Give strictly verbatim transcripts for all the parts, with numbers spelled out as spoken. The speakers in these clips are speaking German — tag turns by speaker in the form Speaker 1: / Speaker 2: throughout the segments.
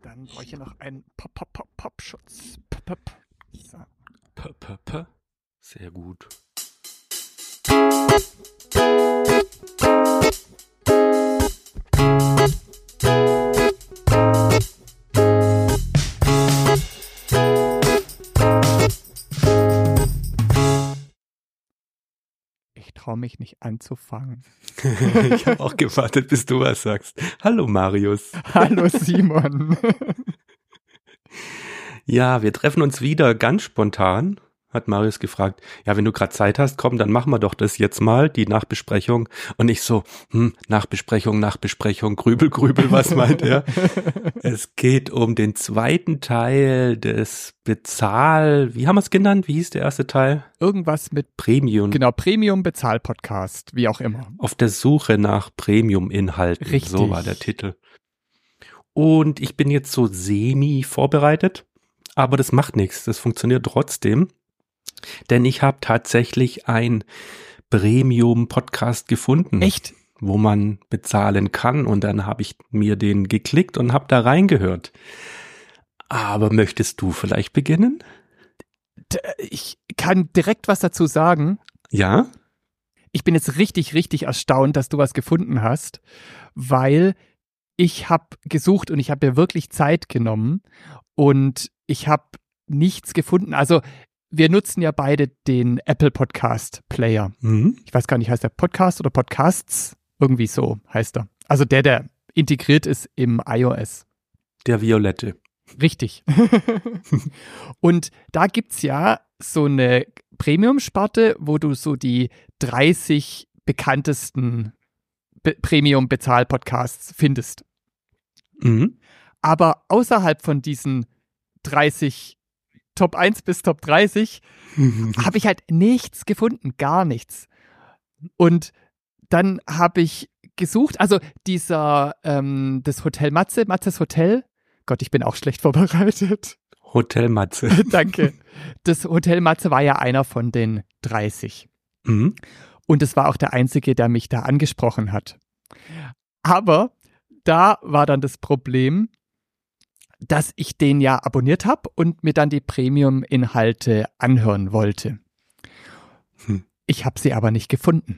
Speaker 1: Dann brauche ich hier noch einen Pop-Pop-Pop-Pop-Schutz. Pop-Pop. So.
Speaker 2: P-p-p. Sehr gut.
Speaker 1: Ich traue mich nicht anzufangen.
Speaker 2: Ich habe auch gewartet, bis du was sagst. Hallo Marius.
Speaker 1: Hallo Simon.
Speaker 2: Ja, wir treffen uns wieder ganz spontan, hat Marius gefragt. Ja, wenn du gerade Zeit hast, komm, dann machen wir doch das jetzt mal, die Nachbesprechung. Und ich so, hm, Nachbesprechung, Nachbesprechung, Grübel, Grübel, was meint er? Es geht um den zweiten Teil des Bezahl, wie haben wir es genannt? Wie hieß der erste Teil?
Speaker 1: Irgendwas mit
Speaker 2: Premium.
Speaker 1: Genau, Premium-Bezahl-Podcast, wie auch immer.
Speaker 2: Auf der Suche nach Premium-Inhalten.
Speaker 1: Richtig.
Speaker 2: So war der Titel. Und ich bin jetzt so semi vorbereitet, aber das macht nichts. Das funktioniert trotzdem, denn ich habe tatsächlich ein Premium-Podcast gefunden.
Speaker 1: Echt?
Speaker 2: Wo man bezahlen kann, und dann habe ich mir den geklickt und habe da reingehört. Aber möchtest du vielleicht beginnen?
Speaker 1: D- Ich kann direkt was dazu sagen.
Speaker 2: Ja?
Speaker 1: Ich bin jetzt richtig, richtig erstaunt, dass du was gefunden hast, weil ich habe gesucht und ich habe mir wirklich Zeit genommen und ich habe nichts gefunden. Also wir nutzen ja beide den Apple Podcast Player.
Speaker 2: Mhm.
Speaker 1: Ich weiß gar nicht, heißt der Podcast oder Podcasts? Irgendwie so heißt er. Also der, der integriert ist im iOS.
Speaker 2: Der Violette.
Speaker 1: Richtig. Und da gibt's ja so eine Premium-Sparte, wo du so die dreißig bekanntesten Be- Premium-Bezahl-Podcasts findest.
Speaker 2: Mhm.
Speaker 1: Aber außerhalb von diesen dreißig, Top eins bis Top dreißig, habe ich halt nichts gefunden, gar nichts. Und dann habe ich gesucht, also dieser, ähm, das Hotel Matze, Matzes Hotel, Gott, ich bin auch schlecht vorbereitet.
Speaker 2: Hotel Matze.
Speaker 1: Danke. Das Hotel Matze war ja einer von den dreißig.
Speaker 2: Mhm.
Speaker 1: Und es war auch der einzige, der mich da angesprochen hat. Aber da war dann das Problem, dass ich den ja abonniert habe und mir dann die Premium-Inhalte anhören wollte.
Speaker 2: Hm.
Speaker 1: Ich habe sie aber nicht gefunden.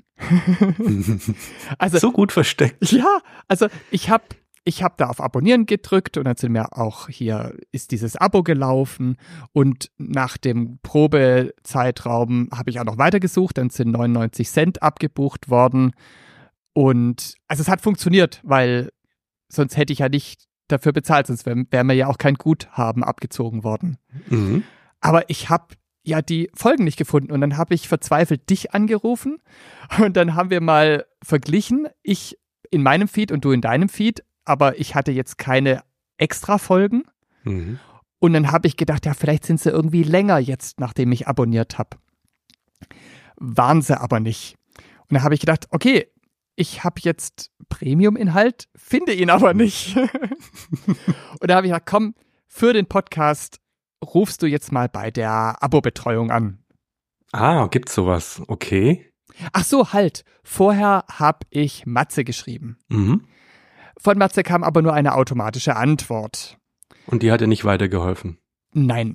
Speaker 1: Also
Speaker 2: So gut versteckt.
Speaker 1: ja, also ich habe ich hab da auf Abonnieren gedrückt und dann sind mir auch hier, ist dieses Abo gelaufen und nach dem Probezeitraum habe ich auch noch weitergesucht, dann sind neunundneunzig Cent abgebucht worden und also es hat funktioniert, weil sonst hätte ich ja nicht dafür bezahlt, sonst wäre wär mir ja auch kein Guthaben abgezogen worden.
Speaker 2: Mhm.
Speaker 1: Aber ich habe ja die Folgen nicht gefunden und dann habe ich verzweifelt dich angerufen und dann haben wir mal verglichen, ich in meinem Feed und du in deinem Feed, aber ich hatte jetzt keine extra Folgen
Speaker 2: Mhm.
Speaker 1: und dann habe ich gedacht, ja, vielleicht sind sie irgendwie länger jetzt, nachdem ich abonniert habe. Waren sie aber nicht. Und dann habe ich gedacht, okay, ich habe jetzt Premium-Inhalt, finde ihn aber nicht. Und da habe ich gedacht, komm, für den Podcast rufst du jetzt mal bei der Abo-Betreuung an.
Speaker 2: Ah, gibt's sowas? Okay.
Speaker 1: Ach so, halt. Vorher habe ich Matze geschrieben.
Speaker 2: Mhm.
Speaker 1: Von Matze kam aber nur eine automatische Antwort.
Speaker 2: Und die hat dir nicht weitergeholfen.
Speaker 1: Nein.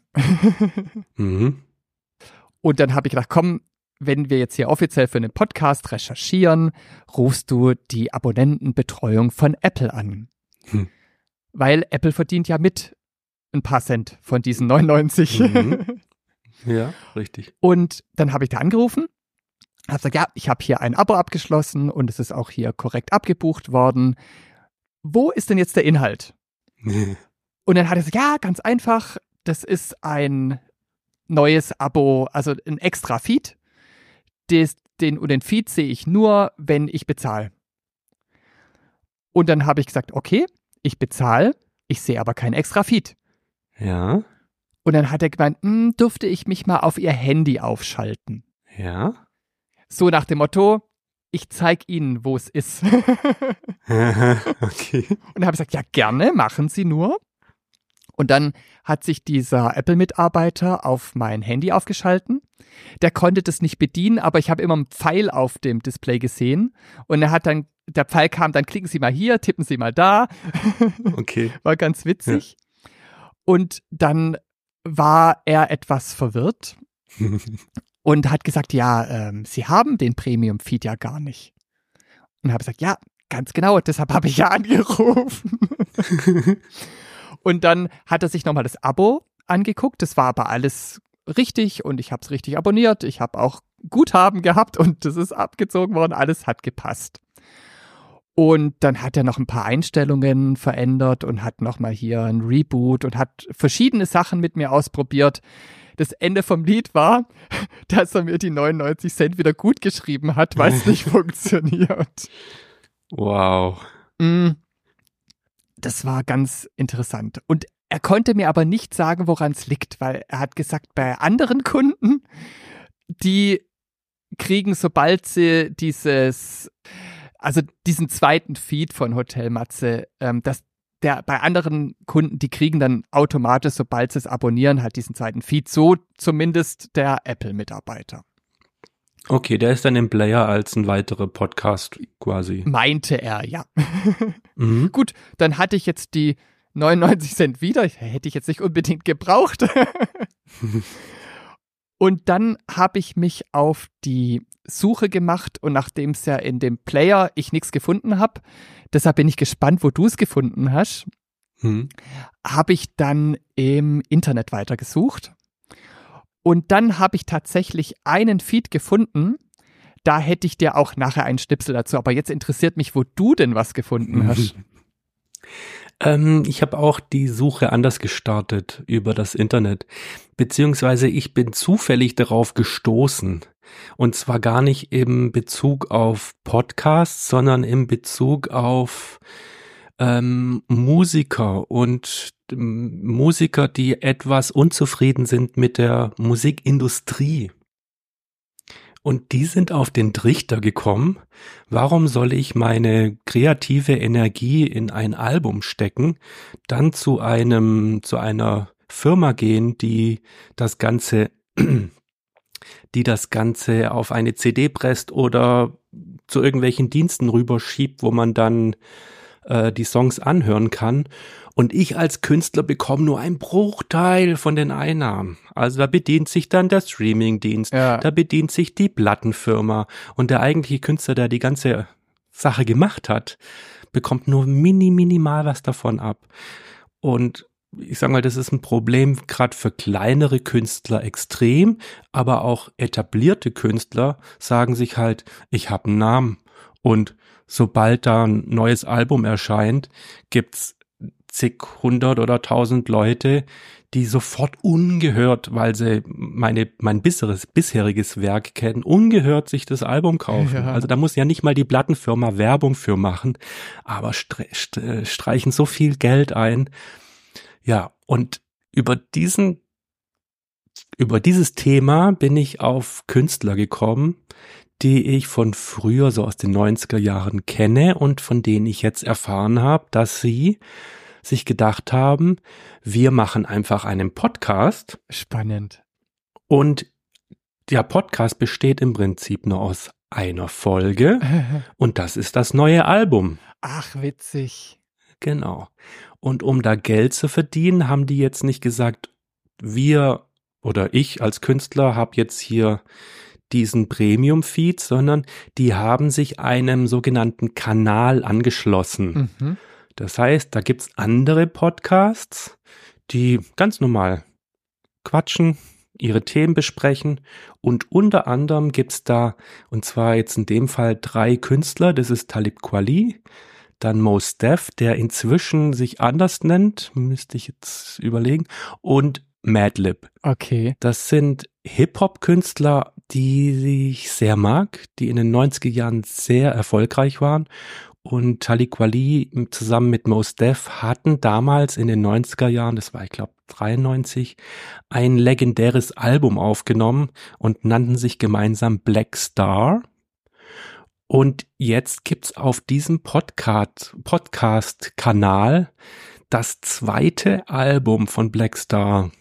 Speaker 2: Mhm.
Speaker 1: Und dann habe ich gedacht, komm, wenn wir jetzt hier offiziell für einen Podcast recherchieren, rufst du die Abonnentenbetreuung von Apple an.
Speaker 2: Hm.
Speaker 1: Weil Apple verdient ja mit ein paar Cent von diesen neunundneunzig.
Speaker 2: Mhm. Ja, richtig.
Speaker 1: Und dann habe ich da angerufen, habe gesagt, ja, ich habe hier ein Abo abgeschlossen und es ist auch hier korrekt abgebucht worden. Wo ist denn jetzt der Inhalt? Und dann hat er gesagt, ja, ganz einfach, das ist ein neues Abo, also ein extra Feed. Des, den, und den Feed sehe ich nur, wenn ich bezahle. Und dann habe ich gesagt, okay, ich bezahle, ich sehe aber kein extra Feed.
Speaker 2: Ja,
Speaker 1: Und dann hat er gemeint, hm, dürfte ich mich mal auf ihr Handy aufschalten.
Speaker 2: ja.
Speaker 1: So nach dem Motto, ich zeige Ihnen, wo es ist.
Speaker 2: Okay.
Speaker 1: Und dann habe ich gesagt, ja gerne, machen Sie nur. Und dann hat sich dieser Apple-Mitarbeiter auf mein Handy aufgeschalten. Der konnte das nicht bedienen, aber ich habe immer einen Pfeil auf dem Display gesehen. Und er hat dann, der Pfeil kam, dann klicken Sie mal hier, tippen Sie mal da.
Speaker 2: Okay.
Speaker 1: War ganz witzig. Und dann war er etwas verwirrt und hat gesagt, ja, ähm, Sie haben den Premium-Feed ja gar nicht. Und habe gesagt, ja, ganz genau, deshalb habe ich ja angerufen. Und dann hat er sich nochmal das Abo angeguckt, das war aber alles richtig und ich habe es richtig abonniert, ich habe auch Guthaben gehabt und das ist abgezogen worden, alles hat gepasst. Und dann hat er noch ein paar Einstellungen verändert und hat nochmal hier ein Reboot und hat verschiedene Sachen mit mir ausprobiert. Das Ende vom Lied war, dass er mir die neunundneunzig Cent wieder gut geschrieben hat, weil es nicht funktioniert.
Speaker 2: Wow.
Speaker 1: Das war ganz interessant. Und er konnte mir aber nicht sagen, woran es liegt, weil er hat gesagt, bei anderen Kunden, die kriegen, sobald sie dieses, also diesen zweiten Feed von Hotel Matze, ähm, dass der bei anderen Kunden, die kriegen dann automatisch, sobald sie es abonnieren, halt diesen zweiten Feed. So zumindest der Apple-Mitarbeiter.
Speaker 2: Okay, der ist dann im Player als ein weiterer Podcast quasi.
Speaker 1: Meinte er, ja.
Speaker 2: Mhm.
Speaker 1: Gut, dann hatte ich jetzt die neunundneunzig Cent wieder. Hätte ich jetzt nicht unbedingt gebraucht. Und dann habe ich mich auf die Suche gemacht und nachdem es ja in dem Player ich nichts gefunden habe, deshalb bin ich gespannt, wo du es gefunden hast,
Speaker 2: mhm.
Speaker 1: habe ich dann im Internet weitergesucht. Und dann habe ich tatsächlich einen Feed gefunden. Da hätte ich dir auch nachher einen Schnipsel dazu. Aber jetzt interessiert mich, wo du denn was gefunden hast.
Speaker 2: ähm, ich habe auch die Suche anders gestartet über das Internet. Beziehungsweise ich bin zufällig darauf gestoßen. Und zwar gar nicht im Bezug auf Podcasts, sondern im Bezug auf ähm, Musiker und ähm, Musiker, die etwas unzufrieden sind mit der Musikindustrie. Und die sind auf den Trichter gekommen, warum soll ich meine kreative Energie in ein Album stecken, dann zu einem, zu einer Firma gehen, die das Ganze, die das Ganze auf eine C D presst oder zu irgendwelchen Diensten rüberschiebt, wo man dann äh, die Songs anhören kann. Und ich als Künstler bekomme nur einen Bruchteil von den Einnahmen. Also da bedient sich dann der Streamingdienst,
Speaker 1: Ja.
Speaker 2: da bedient sich die Plattenfirma und der eigentliche Künstler, der die ganze Sache gemacht hat, bekommt nur mini, minimal was davon ab. Und ich sage mal, das ist ein Problem gerade für kleinere Künstler extrem, aber auch etablierte Künstler sagen sich halt, ich habe einen Namen und sobald da ein neues Album erscheint, gibt's zig, hundert oder tausend Leute, die sofort ungehört, weil sie meine, mein bisheres, bisheriges Werk kennen, ungehört sich das Album kaufen.
Speaker 1: Ja.
Speaker 2: Also da muss ja nicht mal die Plattenfirma Werbung für machen, aber stre- stre- streichen so viel Geld ein. Ja, und über diesen, über dieses Thema bin ich auf Künstler gekommen, die ich von früher, so aus den neunziger Jahren kenne und von denen ich jetzt erfahren habe, dass sie sich gedacht haben, wir machen einfach einen Podcast.
Speaker 1: Spannend.
Speaker 2: Und der Podcast besteht im Prinzip nur aus einer Folge und das ist das neue Album.
Speaker 1: Ach, witzig.
Speaker 2: Genau. Und um da Geld zu verdienen, haben die jetzt nicht gesagt, wir oder ich als Künstler habe jetzt hier diesen Premium-Feed, sondern die haben sich einem sogenannten Kanal angeschlossen.
Speaker 1: Mhm.
Speaker 2: Das heißt, da gibt's andere Podcasts, die ganz normal quatschen, ihre Themen besprechen und unter anderem gibt's da, und zwar jetzt in dem Fall drei Künstler, das ist Talib Kweli, dann Mos Def, der inzwischen sich anders nennt, müsste ich jetzt überlegen, und Madlib.
Speaker 1: Okay.
Speaker 2: Das sind Hip-Hop-Künstler, die ich sehr mag, die in den neunziger Jahren sehr erfolgreich waren. Und Talib Kweli zusammen mit Mos Def hatten damals in den neunziger Jahren, das war ich glaube dreiundneunzig, ein legendäres Album aufgenommen und nannten sich gemeinsam Black Star. Und jetzt gibt's auf diesem Podcast, Podcast-Kanal das zweite Album von Black Star.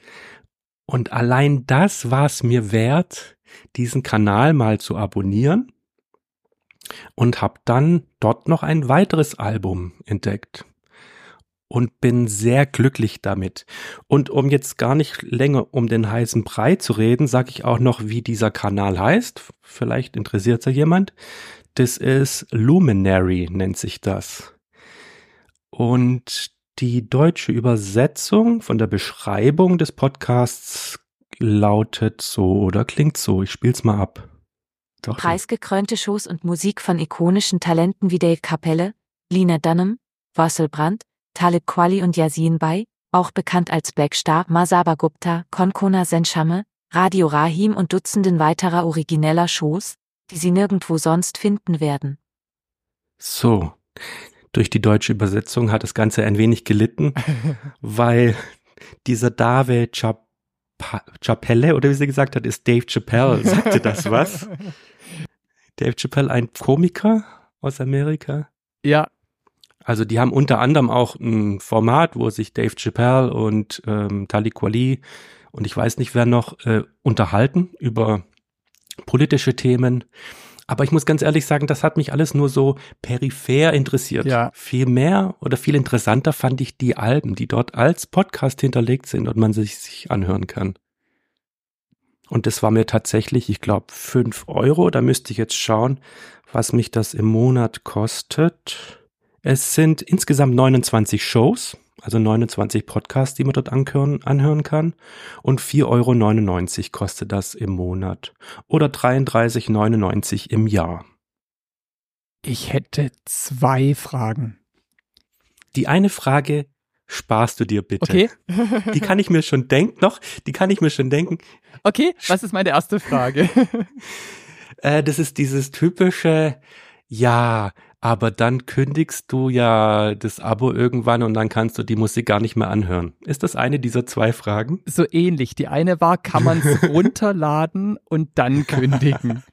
Speaker 2: Und allein das war es mir wert, diesen Kanal mal zu abonnieren. Und habe dann dort noch ein weiteres Album entdeckt. und bin sehr glücklich damit. Und um jetzt gar nicht länger um den heißen Brei zu reden, sage ich auch noch, wie dieser Kanal heißt. Vielleicht interessiert es ja jemand. Das ist Luminary, nennt sich das. Und die deutsche Übersetzung von der Beschreibung des Podcasts lautet so oder klingt so. Ich spiel's mal ab.
Speaker 3: Doch preisgekrönte Shows und Musik von ikonischen Talenten wie Dave Capelle, Lena Dunham, Russell Brand, Talib Kweli und Yasin Bey, auch bekannt als Blackstar, Masaba Gupta, Konkona Senshame, Radio Rahim und Dutzenden weiterer origineller Shows, die Sie nirgendwo sonst finden werden.
Speaker 2: So, durch die deutsche Übersetzung hat das Ganze ein wenig gelitten, weil dieser Dave Chap- Chappelle, oder wie sie gesagt hat, ist Dave Chappelle. Sagte das was? Dave Chappelle, ein Komiker aus Amerika?
Speaker 1: Ja.
Speaker 2: Also die haben unter anderem auch ein Format, wo sich Dave Chappelle und ähm, Talib Kweli und ich weiß nicht wer noch äh, unterhalten über politische Themen. Aber ich muss ganz ehrlich sagen, das hat mich alles nur so peripher interessiert.
Speaker 1: Ja.
Speaker 2: Viel mehr oder viel interessanter fand ich die Alben, die dort als Podcast hinterlegt sind und man sich, sich anhören kann. Und das war mir tatsächlich, ich glaube, fünf Euro. Da müsste ich jetzt schauen, was mich das im Monat kostet. Es sind insgesamt neunundzwanzig Shows, also neunundzwanzig Podcasts, die man dort anhören, anhören kann. Und vier Euro neunundneunzig kostet das im Monat. Oder dreiunddreißig Euro neunundneunzig im Jahr.
Speaker 1: Ich hätte zwei Fragen.
Speaker 2: Die eine Frage sparst du dir bitte.
Speaker 1: Okay.
Speaker 2: Die kann ich mir schon denken, noch, die kann ich mir schon denken.
Speaker 1: Okay, was ist meine erste Frage?
Speaker 2: äh, das ist dieses typische, ja, aber dann kündigst du ja das Abo irgendwann und dann kannst du die Musik gar nicht mehr anhören. Ist das eine dieser zwei Fragen?
Speaker 1: So ähnlich. Die eine war, kann man es runterladen und dann kündigen?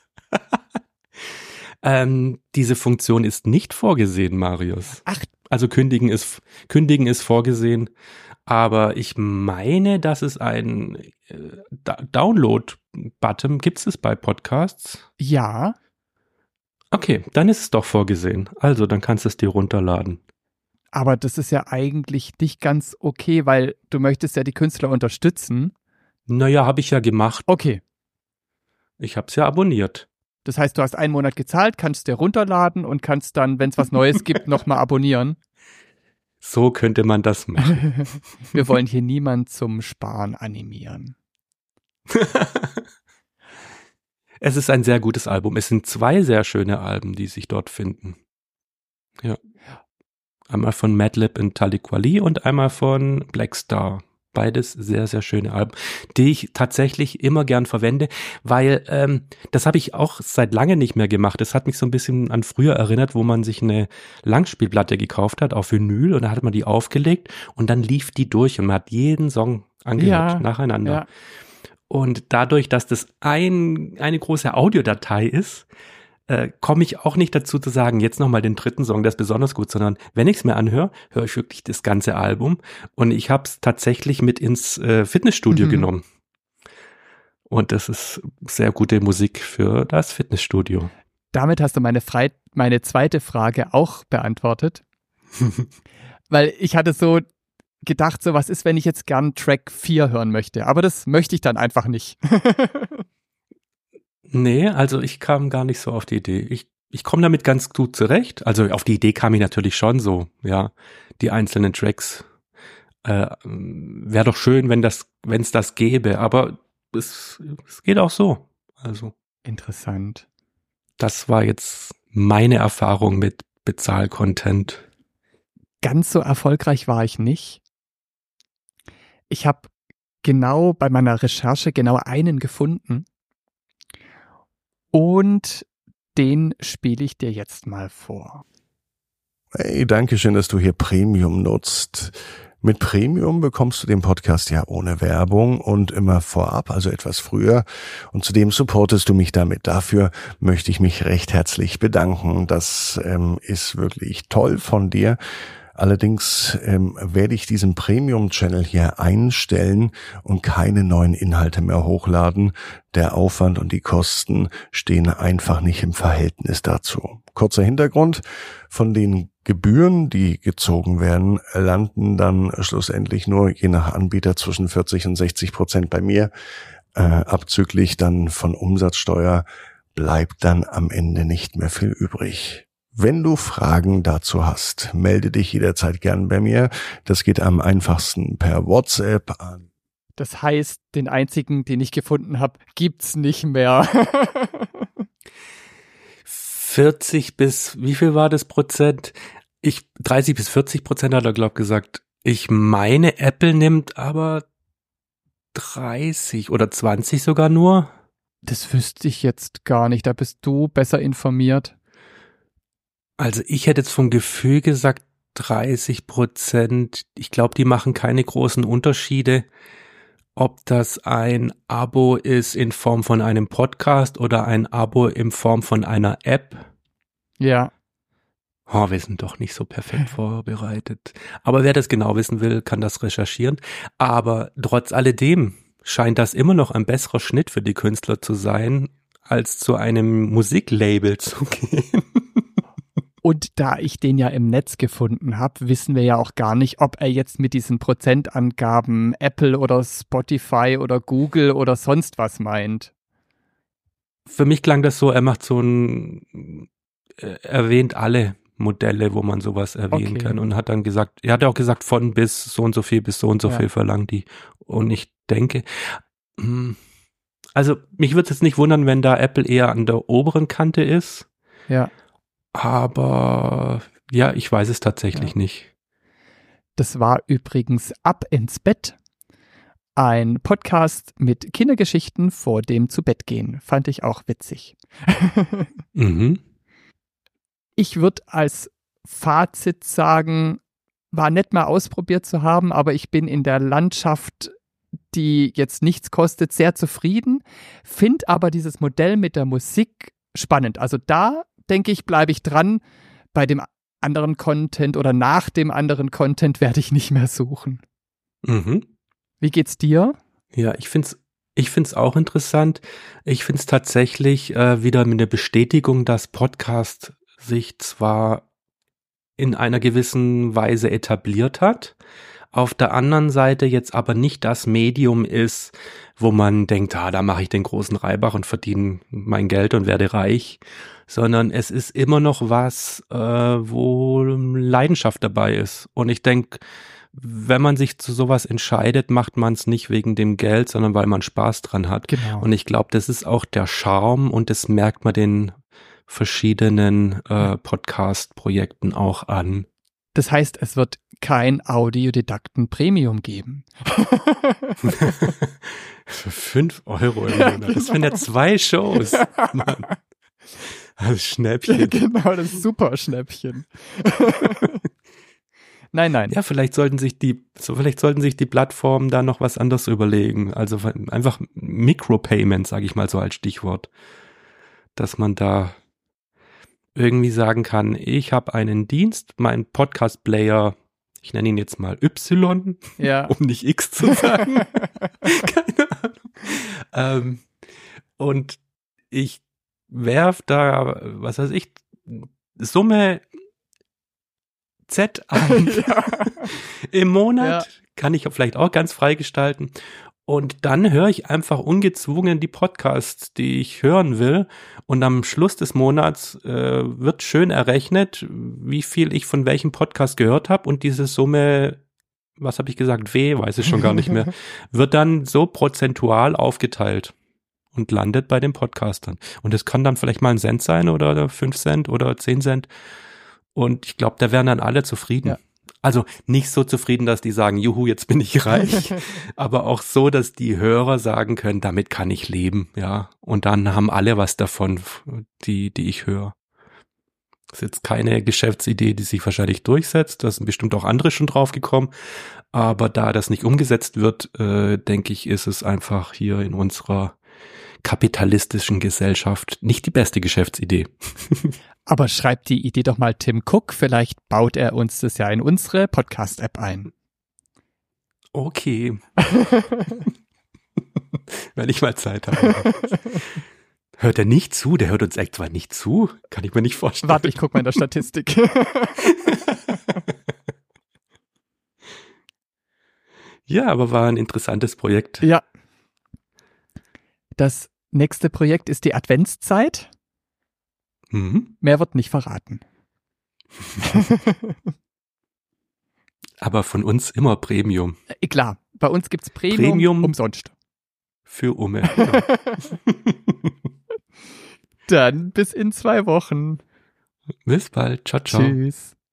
Speaker 2: ähm, diese Funktion ist nicht vorgesehen, Marius.
Speaker 1: Ach.
Speaker 2: Also kündigen ist, kündigen ist vorgesehen, aber ich meine, dass es ein äh, da- Download-Button, gibt es das bei Podcasts?
Speaker 1: Ja.
Speaker 2: Okay, dann ist es doch vorgesehen. Also, dann kannst du es dir runterladen.
Speaker 1: Aber das ist ja eigentlich nicht ganz okay, weil du möchtest ja die Künstler unterstützen.
Speaker 2: Naja, habe ich ja gemacht.
Speaker 1: Okay.
Speaker 2: Ich habe es ja abonniert.
Speaker 1: Das heißt, du hast einen Monat gezahlt, kannst dir runterladen und kannst dann, wenn es was Neues gibt, nochmal abonnieren.
Speaker 2: So könnte man das machen.
Speaker 1: Wir wollen hier niemand zum Sparen animieren.
Speaker 2: Es ist ein sehr gutes Album. Es sind zwei sehr schöne Alben, die sich dort finden. Ja. Einmal von Madlib und Talib Kweli und einmal von Blackstar. Beides sehr, sehr schöne Alben, die ich tatsächlich immer gern verwende, weil ähm, das habe ich auch seit lange nicht mehr gemacht. Das hat mich so ein bisschen an früher erinnert, wo man sich eine Langspielplatte gekauft hat auf Vinyl und da hat man die aufgelegt und dann lief die durch und man hat jeden Song angehört,
Speaker 1: Ja,
Speaker 2: nacheinander.
Speaker 1: ja.
Speaker 2: Und dadurch, dass das ein, eine große Audiodatei ist, äh, komme ich auch nicht dazu zu sagen, jetzt nochmal den dritten Song, der ist besonders gut, sondern wenn ich es mir anhöre, höre ich wirklich das ganze Album und ich habe es tatsächlich mit ins äh, Fitnessstudio
Speaker 1: Mhm.
Speaker 2: genommen. Und das ist sehr gute Musik für das Fitnessstudio.
Speaker 1: Damit hast du meine, Frei meine zweite Frage auch beantwortet. Weil ich hatte so gedacht, so was ist, wenn ich jetzt gern Track vier hören möchte. Aber das möchte ich dann einfach nicht.
Speaker 2: Nee, also ich kam gar nicht so auf die Idee. Ich, ich komme damit ganz gut zurecht. Also auf die Idee kam ich natürlich schon so, ja, die einzelnen Tracks. Äh, wäre doch schön, wenn das, wenn es das gäbe, aber es, es geht auch so. Also
Speaker 1: Interessant.
Speaker 2: das war jetzt meine Erfahrung mit Bezahl-Content.
Speaker 1: Ganz so erfolgreich war ich nicht. Ich habe genau bei meiner Recherche genau einen gefunden. Und den spiele ich dir jetzt mal vor.
Speaker 4: Hey, danke schön, dass du hier Premium nutzt. Mit Premium bekommst du den Podcast ja ohne Werbung und immer vorab, also etwas früher. Und zudem supportest du mich damit. Dafür möchte ich mich recht herzlich bedanken. Das ähm, ist wirklich toll von dir. Allerdings ähm, werde ich diesen Premium-Channel hier einstellen und keine neuen Inhalte mehr hochladen. Der Aufwand und die Kosten stehen einfach nicht im Verhältnis dazu. Kurzer Hintergrund: Von den Gebühren, die gezogen werden, landen dann schlussendlich nur je nach Anbieter zwischen vierzig und sechzig Prozent bei mir. Äh, abzüglich dann von Umsatzsteuer bleibt dann am Ende nicht mehr viel übrig. Wenn du Fragen dazu hast, melde dich jederzeit gern bei mir. Das geht am einfachsten per WhatsApp an.
Speaker 1: Das heißt, den einzigen, den ich gefunden habe, gibt's nicht mehr.
Speaker 2: vierzig bis, wie viel war das Prozent? Ich, dreißig bis vierzig Prozent hat er, glaub gesagt. Ich meine, Apple nimmt aber dreißig oder zwanzig sogar nur.
Speaker 1: Das wüsste ich jetzt gar nicht. Da bist du besser informiert.
Speaker 2: Also ich hätte jetzt vom Gefühl gesagt dreißig Prozent. Ich glaube, die machen keine großen Unterschiede, ob das ein Abo ist in Form von einem Podcast oder ein Abo in Form von einer App.
Speaker 1: Ja.
Speaker 2: Oh, wir sind doch nicht so perfekt vorbereitet. Aber wer das genau wissen will, kann das recherchieren. Aber trotz alledem scheint das immer noch ein besserer Schnitt für die Künstler zu sein, als zu einem Musiklabel zu gehen.
Speaker 1: Und da ich den ja im Netz gefunden habe, wissen wir ja auch gar nicht, ob er jetzt mit diesen Prozentangaben Apple oder Spotify oder Google oder sonst was meint.
Speaker 2: Für mich klang das so, er macht so ein, er erwähnt alle Modelle, wo man sowas erwähnen
Speaker 1: Okay.
Speaker 2: kann und hat dann gesagt, er hat ja auch gesagt, von bis so und so viel bis so und so
Speaker 1: Ja.
Speaker 2: viel verlangen die. Und ich denke, hm, also mich würde es jetzt nicht wundern, wenn da Apple eher an der oberen Kante ist.
Speaker 1: Ja.
Speaker 2: Aber ja, ich weiß es tatsächlich
Speaker 1: Ja.
Speaker 2: nicht.
Speaker 1: Das war übrigens Ab ins Bett. Ein Podcast mit Kindergeschichten vor dem Zubettgehen. Fand ich auch witzig.
Speaker 2: Mhm.
Speaker 1: Ich würde als Fazit sagen, war nett mal ausprobiert zu haben, aber ich bin in der Landschaft, die jetzt nichts kostet, sehr zufrieden. Find aber dieses Modell mit der Musik spannend. Also da, denke ich, bleibe ich dran. Bei dem anderen Content oder nach dem anderen Content werde ich nicht mehr suchen.
Speaker 2: Mhm.
Speaker 1: Wie geht's dir?
Speaker 2: Ja, ich find's, ich find's auch interessant. Ich find's tatsächlich äh, wieder eine Bestätigung, dass Podcast sich zwar in einer gewissen Weise etabliert hat, auf der anderen Seite jetzt aber nicht das Medium ist, wo man denkt, ah, da mache ich den großen Reibach und verdiene mein Geld und werde reich, sondern es ist immer noch was, äh, wo Leidenschaft dabei ist. Und ich denke, wenn man sich zu sowas entscheidet, macht man es nicht wegen dem Geld, sondern weil man Spaß dran hat.
Speaker 1: Genau.
Speaker 2: Und ich glaube, das ist auch der Charme und das merkt man den verschiedenen äh, Podcast-Projekten auch an.
Speaker 1: Das heißt, es wird kein Audiodidakten Premium geben.
Speaker 2: Für fünf Euro im Monat. Das sind ja zwei Shows. Mann. Das Schnäppchen.
Speaker 1: Genau, das Super-Schnäppchen. Nein, nein.
Speaker 2: Ja, vielleicht sollten sich die, so vielleicht sollten sich die Plattformen da noch was anderes überlegen. Also einfach Micropayment, sage ich mal so als Stichwort. Dass man da irgendwie sagen kann, ich habe einen Dienst, mein Podcast-Player, ich nenne ihn jetzt mal Y,
Speaker 1: Ja.
Speaker 2: um nicht X zu sagen. Keine Ahnung. Ähm, und ich werf da, was weiß ich, Summe Z ein
Speaker 1: Ja.
Speaker 2: im Monat,
Speaker 1: Ja.
Speaker 2: kann ich vielleicht auch ganz frei gestalten. Und dann höre ich einfach ungezwungen die Podcasts, die ich hören will. Und am Schluss des Monats äh, wird schön errechnet, wie viel ich von welchem Podcast gehört habe. Und diese Summe, was habe ich gesagt, W, weiß ich schon gar nicht mehr, wird dann so prozentual aufgeteilt und landet bei den Podcastern. Und es kann dann vielleicht mal ein Cent sein oder fünf Cent oder zehn Cent. Und ich glaube, da wären dann alle zufrieden.
Speaker 1: Ja.
Speaker 2: Also nicht so zufrieden, dass die sagen, juhu, jetzt bin ich reich, aber auch so, dass die Hörer sagen können, damit kann ich leben, ja. Und dann haben alle was davon, die, die ich höre. Das ist jetzt keine Geschäftsidee, die sich wahrscheinlich durchsetzt. Da sind bestimmt auch andere schon drauf gekommen. Aber da das nicht umgesetzt wird, äh, denke ich, ist es einfach hier in unserer kapitalistischen Gesellschaft nicht die beste Geschäftsidee.
Speaker 1: Aber schreibt die Idee doch mal Tim Cook, vielleicht baut er uns das ja in unsere Podcast-App ein.
Speaker 2: Okay. Wenn ich mal Zeit habe. Hört er nicht zu? Der hört uns etwa nicht zu? Kann ich mir nicht vorstellen.
Speaker 1: Warte, ich guck mal in der Statistik.
Speaker 2: Ja, aber war ein interessantes Projekt.
Speaker 1: Ja. Das nächste Projekt ist die Adventszeit.
Speaker 2: Mhm.
Speaker 1: Mehr wird nicht verraten.
Speaker 2: Aber von uns immer Premium.
Speaker 1: Äh, Klar, bei uns gibt's Premium,
Speaker 2: Premium.
Speaker 1: umsonst.
Speaker 2: Für Umme.
Speaker 1: Dann bis in zwei Wochen.
Speaker 2: Bis bald. Ciao, ciao.
Speaker 1: Tschüss.